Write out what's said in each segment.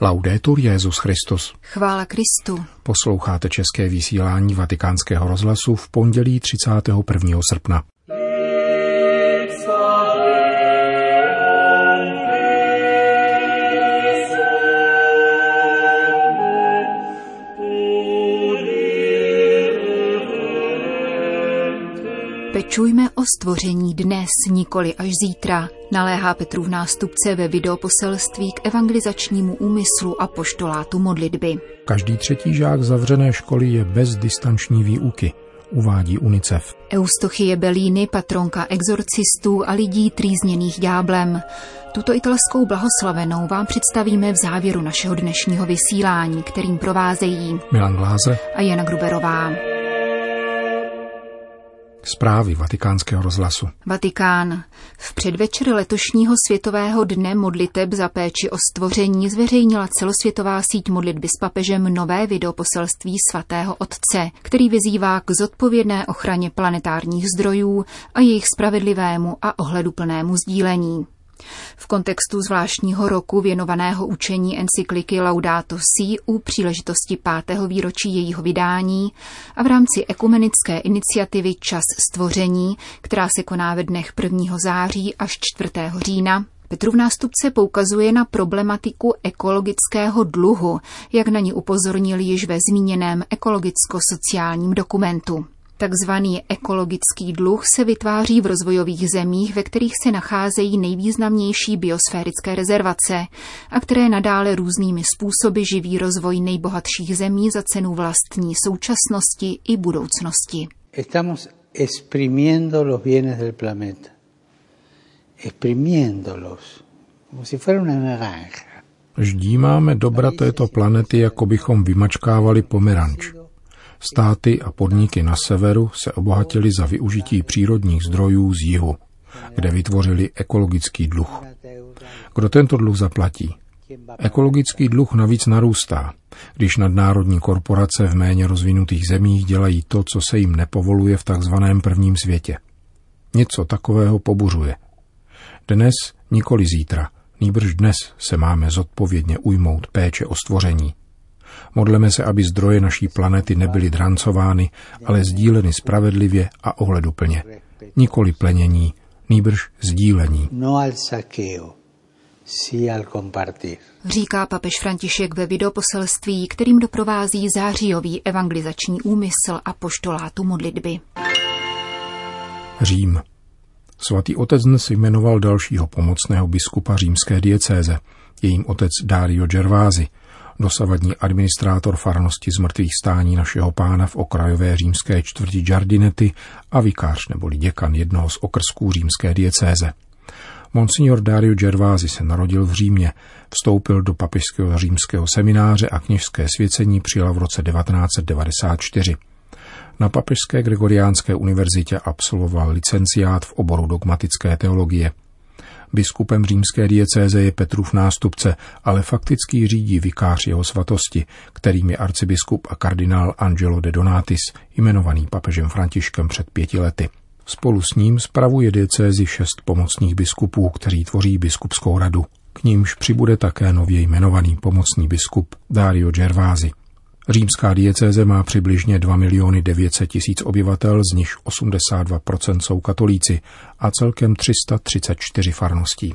Laudetur Jesus Christus. Chvála Kristu. Posloucháte české vysílání Vatikánského rozhlasu v pondělí 31. srpna. Pečujme o stvoření dnes, nikoli až zítra, naléhá Petrův nástupce ve videoposelství k evangelizačnímu úmyslu apoštolátu modlitby. Každý třetí žák zavřené školy je bez distanční výuky, uvádí UNICEF. Eustochie Bellini, patronka exorcistů a lidí trýzněných ďáblem. Tuto italskou blahoslavenou vám představíme v závěru našeho dnešního vysílání, kterým provázejí Milan Glázer a Jana Gruberová. Zprávy Vatikánského rozhlasu. Vatikán. V předvečer letošního světového dne modliteb za péči o stvoření zveřejnila celosvětová síť modlitby s papežem nové videoposelství svatého Otce, který vyzývá k zodpovědné ochraně planetárních zdrojů a jejich spravedlivému a ohleduplnému sdílení. V kontextu zvláštního roku věnovaného učení encykliky Laudato Si u příležitosti 5. výročí jejího vydání a v rámci ekumenické iniciativy Čas stvoření, která se koná ve dnech 1. září až 4. října, Petrův nástupce poukazuje na problematiku ekologického dluhu, jak na ní upozornil již ve zmíněném ekologicko-sociálním dokumentu. Takzvaný ekologický dluh se vytváří v rozvojových zemích, ve kterých se nacházejí nejvýznamnější biosférické rezervace a které nadále různými způsoby živí rozvoj nejbohatších zemí za cenu vlastní současnosti i budoucnosti. Estamos exprimiendo los bienes del planeta. Exprimiéndolos, como si fuera una naranja. Ždímáme dobra této planety, jako bychom vymačkávali pomeranč. Státy a podniky na severu se obohatily za využití přírodních zdrojů z jihu, kde vytvořili ekologický dluh. Kdo tento dluh zaplatí? Ekologický dluh navíc narůstá, když nadnárodní korporace v méně rozvinutých zemích dělají to, co se jim nepovoluje v takzvaném prvním světě. Něco takového pobuřuje. Dnes, nikoli zítra, nýbrž dnes se máme zodpovědně ujmout péče o stvoření. Modleme se, aby zdroje naší planety nebyly drancovány, ale sdíleny spravedlivě a ohleduplně. Nikoli plenění, nýbrž sdílení. Říká papež František ve videoposelství, kterým doprovází zářijový evangelizační úmysl apoštolátu modlitby. Řím. Svatý otec dnes jmenoval dalšího pomocného biskupa římské diecéze, jejím otec Dario Gervasi, dosavadní administrátor farnosti Zmrtvýchvstání našeho Pána v okrajové římské čtvrti Giardinetti a vikář neboli děkan jednoho z okrsků římské diecéze. Monsignor Dario Gervasi se narodil v Římě, vstoupil do papežského římského semináře a kněžské svěcení přijal v roce 1994. Na Papežské Gregoriánské univerzitě absolvoval licenciát v oboru dogmatické teologie. Biskupem římské diecéze je Petrův nástupce, ale fakticky řídí vikář jeho svatosti, kterým je arcibiskup a kardinál Angelo de Donatis, jmenovaný papežem Františkem před 5 lety. Spolu s ním spravuje diecézi 6 pomocných biskupů, kteří tvoří biskupskou radu. K nímž přibude také nově jmenovaný pomocný biskup Dario Gervasi. Římská diecéze má přibližně 2 900 000 obyvatel, z nichž 82% jsou katolíci a celkem 334 farností.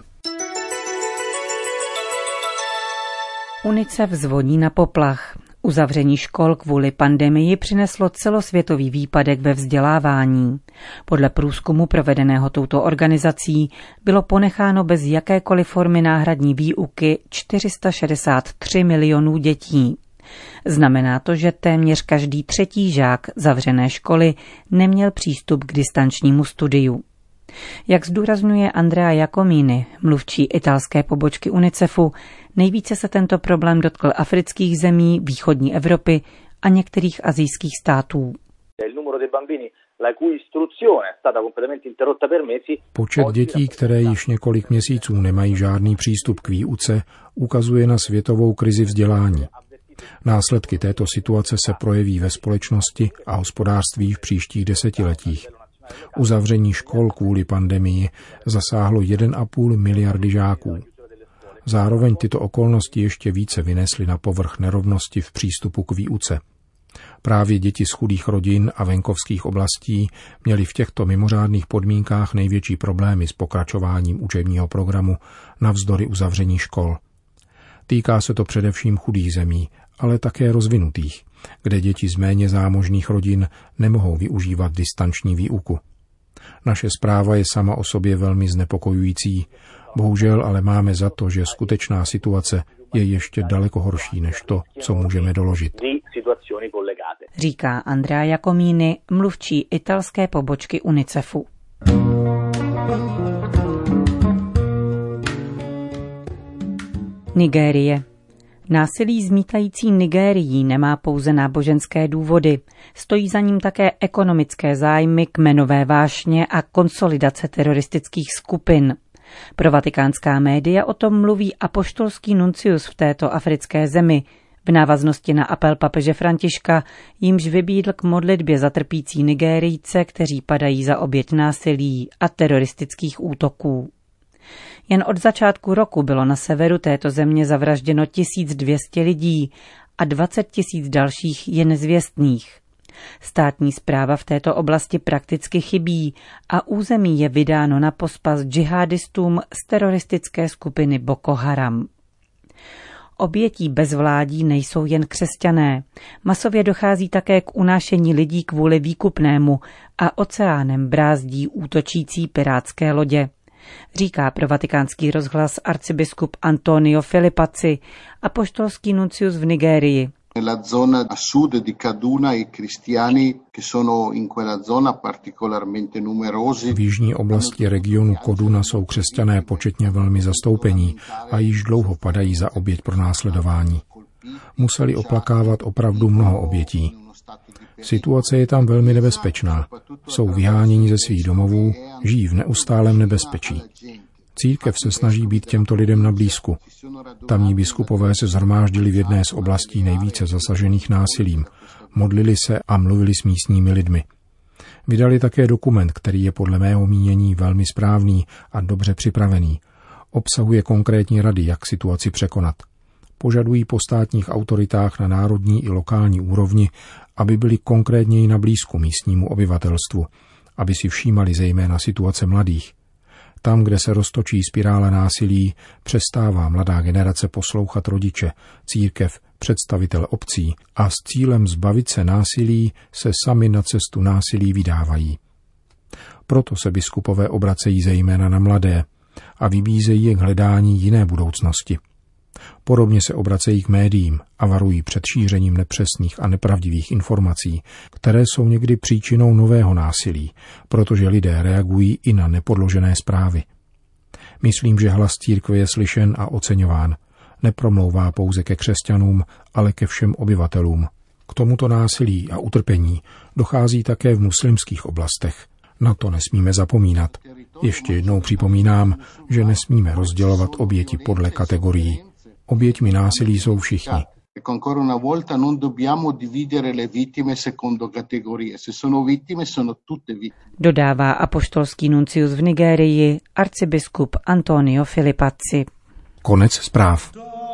UNICEF zvoní na poplach. Uzavření škol kvůli pandemii přineslo celosvětový výpadek ve vzdělávání. Podle průzkumu provedeného touto organizací bylo ponecháno bez jakékoliv formy náhradní výuky 463 milionů dětí. Znamená to, že téměř každý třetí žák zavřené školy neměl přístup k distančnímu studiu. Jak zdůrazňuje Andrea Jacomini, mluvčí italské pobočky UNICEFu, nejvíce se tento problém dotkl afrických zemí, východní Evropy a některých asijských států. Počet dětí, které již několik měsíců nemají žádný přístup k výuce, ukazuje na světovou krizi vzdělání. Následky této situace se projeví ve společnosti a hospodářství v příštích desetiletích. Uzavření škol kvůli pandemii zasáhlo 1,5 miliardy žáků. Zároveň tyto okolnosti ještě více vynesly na povrch nerovnosti v přístupu k výuce. Právě děti z chudých rodin a venkovských oblastí měly v těchto mimořádných podmínkách největší problémy s pokračováním učebního programu navzdory uzavření škol. Týká se to především chudých zemí, ale také rozvinutých, kde děti z méně zámožných rodin nemohou využívat distanční výuku. Naše zpráva je sama o sobě velmi znepokojující, bohužel ale máme za to, že skutečná situace je ještě daleko horší než to, co můžeme doložit. Říká Andrea Jacomini, mluvčí italské pobočky UNICEFu. Nigérie. Násilí zmítající Nigérií nemá pouze náboženské důvody. Stojí za ním také ekonomické zájmy, kmenové vášně a konsolidace teroristických skupin. Pro vatikánská média o tom mluví apoštolský nuncius v této africké zemi, v návaznosti na apel papeže Františka, jímž vybídl k modlitbě za trpící Nigérijce, kteří padají za oběť násilí a teroristických útoků. Jen od začátku roku bylo na severu této země zavražděno 1200 lidí a 20 000 dalších je nezvěstných. Státní správa v této oblasti prakticky chybí a území je vydáno na pospas džihadistům z teroristické skupiny Boko Haram. Obětí bezvládí nejsou jen křesťané. Masově dochází také k unášení lidí kvůli výkupnému a oceánem brázdí útočící pirátské lodě. Říká pro Vatikánský rozhlas arcibiskup Antonio Filipazzi, apoštolský nuncius v Nigérii. Nella zona a sud di Kaduna i cristiani che sono in quella zona particolarmente numerosi. V jižní oblasti regionu Koduna jsou křesťané početně velmi zastoupení a již dlouho padají za oběť pronásledování. Museli oplakávat opravdu mnoho obětí. Situace je tam velmi nebezpečná. Jsou vyháněni ze svých domovů, žijí v neustálém nebezpečí. Církev se snaží být těmto lidem na blízku. Tamní biskupové se shromáždili v jedné z oblastí nejvíce zasažených násilím. Modlili se a mluvili s místními lidmi. Vydali také dokument, který je podle mého mínění velmi správný a dobře připravený. Obsahuje konkrétní rady, jak situaci překonat. Požadují po státních autoritách na národní i lokální úrovni, aby byli konkrétněji na blízku místnímu obyvatelstvu, aby si všímali zejména situace mladých. Tam, kde se roztočí spirála násilí, přestává mladá generace poslouchat rodiče, církev, představitele obcí a s cílem zbavit se násilí se sami na cestu násilí vydávají. Proto se biskupové obracejí zejména na mladé a vybízejí je k hledání jiné budoucnosti. Podobně se obracejí k médiím a varují před šířením nepřesných a nepravdivých informací, které jsou někdy příčinou nového násilí, protože lidé reagují i na nepodložené zprávy. Myslím, že hlas církve je slyšen a oceňován. Nepromlouvá pouze ke křesťanům, ale ke všem obyvatelům. K tomuto násilí a utrpení dochází také v muslimských oblastech. Na to nesmíme zapomínat. Ještě jednou připomínám, že nesmíme rozdělovat oběti podle kategorií. Oběťmi násilí jsou všichni. Dodává apoštolský nuncius v Nigérii arcibiskup Antonio Filipazzi. Konec zpráv.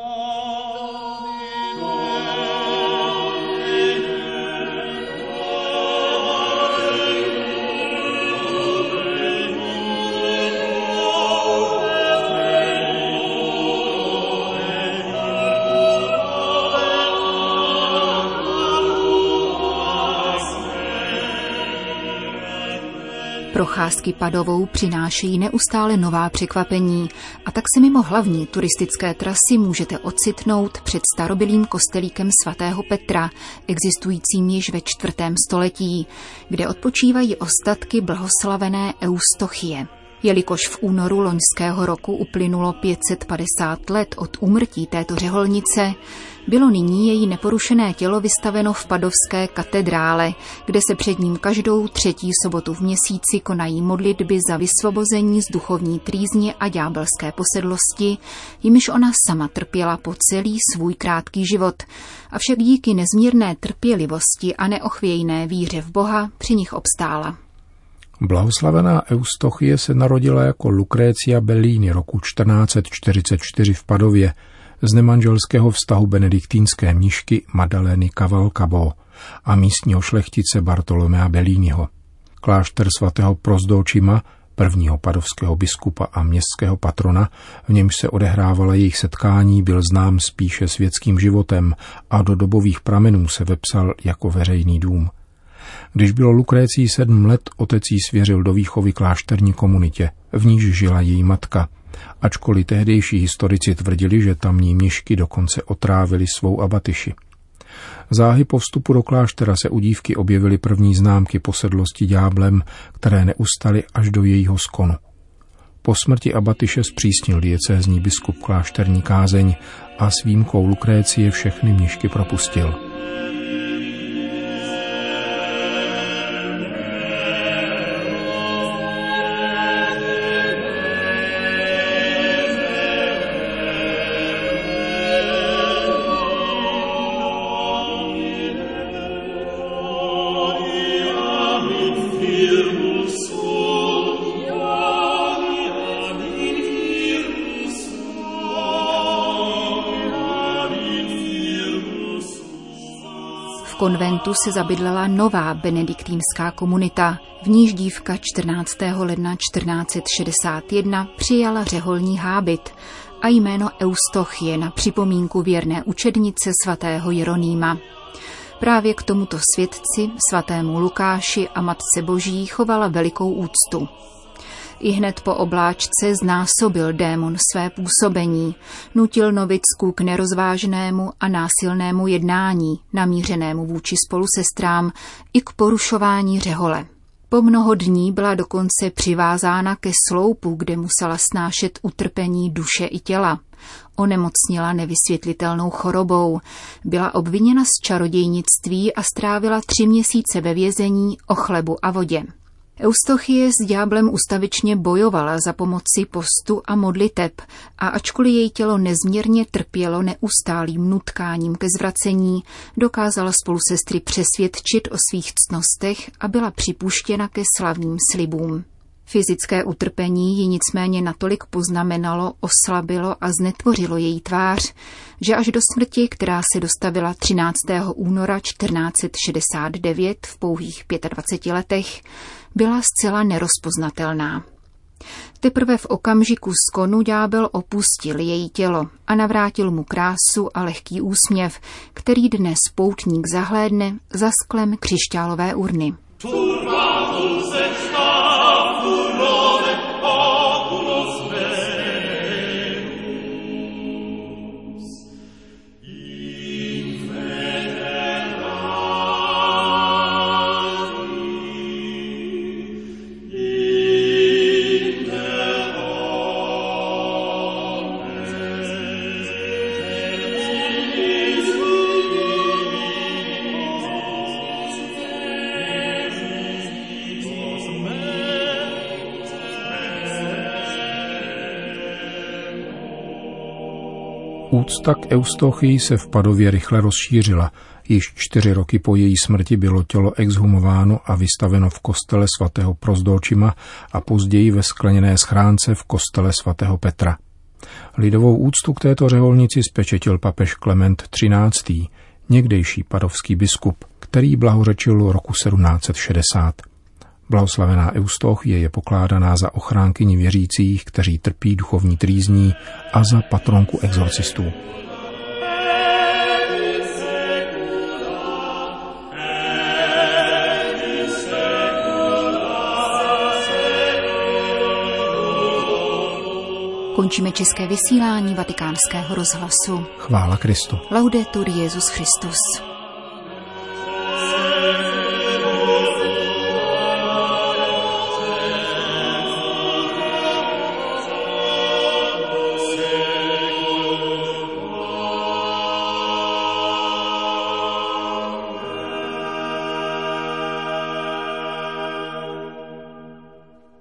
Procházky Padovou přinášejí neustále nová překvapení a tak se mimo hlavní turistické trasy můžete ocitnout před starobylým kostelíkem svatého Petra, existujícím již ve 4. století, kde odpočívají ostatky blahoslavené Eustochie. Jelikož v únoru loňského roku uplynulo 550 let od úmrtí této řeholnice, bylo nyní její neporušené tělo vystaveno v Padovské katedrále, kde se před ním každou 3. sobotu v měsíci konají modlitby za vysvobození z duchovní trýzně a ďábelské posedlosti, jimiž ona sama trpěla po celý svůj krátký život, avšak díky nezmírné trpělivosti a neochvějné víře v Boha při nich obstála. Blahoslavená Eustochie se narodila jako Lucretia Bellini roku 1444 v Padově z nemanželského vztahu benediktínské mnišky Madaleny Cavalcabo a místního šlechtice Bartolomea Belliniho. Klášter svatého Prozdolčima, prvního padovského biskupa a městského patrona, v němž se odehrávala jejich setkání, byl znám spíše světským životem a do dobových pramenů se vepsal jako veřejný dům. Když bylo Lucrecii 7 let, otec jí svěřil do výchovy klášterní komunitě, v níž žila její matka, ačkoliv tehdejší historici tvrdili, že tamní mnišky dokonce otrávili svou abatyši. Záhy po vstupu do kláštera se u dívky objevily první známky posedlosti ďáblem, které neustaly až do jejího skonu. Po smrti abatyše zpřísnil diecézní biskup klášterní kázeň a s výjimkou Lucrécie všechny mnišky propustil. V konventu se zabydlela nová benediktínská komunita, v níž dívka 14. ledna 1461 přijala řeholní hábit a jméno Eustochie na připomínku věrné učednice svatého Jeronýma. Právě k tomuto světci, svatému Lukáši a Matce Boží, chovala velikou úctu. Ihned po obláčce znásobil démon své působení, nutil novicku k nerozvážnému a násilnému jednání, namířenému vůči spolusestrám i k porušování řehole. Po mnoho dní byla dokonce přivázána ke sloupu, kde musela snášet utrpení duše i těla. Onemocněla nevysvětlitelnou chorobou, byla obviněna z čarodějnictví a strávila 3 měsíce ve vězení o chlebu a vodě. Eustochie s ďáblem ustavičně bojovala za pomoci postu a modliteb a ačkoliv její tělo nezměrně trpělo neustálým nutkáním ke zvracení, dokázala spolusestry přesvědčit o svých ctnostech a byla připuštěna ke slavným slibům. Fyzické utrpení ji nicméně natolik poznamenalo, oslabilo a znetvořilo její tvář, že až do smrti, která se dostavila 13. února 1469 v pouhých 25 letech, byla zcela nerozpoznatelná. Teprve v okamžiku skonu ďábel opustil její tělo a navrátil mu krásu a lehký úsměv, který dnes poutník zahlédne za sklem křišťálové urny. Úcta k Eustochii se v Padově rychle rozšířila. Již 4 roky po její smrti bylo tělo exhumováno a vystaveno v kostele svatého Prozdolčima a později ve skleněné schránce v kostele svatého Petra. Lidovou úctu k této řeholnici spečetil papež Klement XIII., někdejší padovský biskup, který blahořečil roku 1760. Blahoslavená Eustochie je pokládaná za ochránkyni věřících, kteří trpí duchovní trýzní, a za patronku exorcistů. Končíme české vysílání Vatikánského rozhlasu. Chvála Kristu. Laudetur Jesus Christus.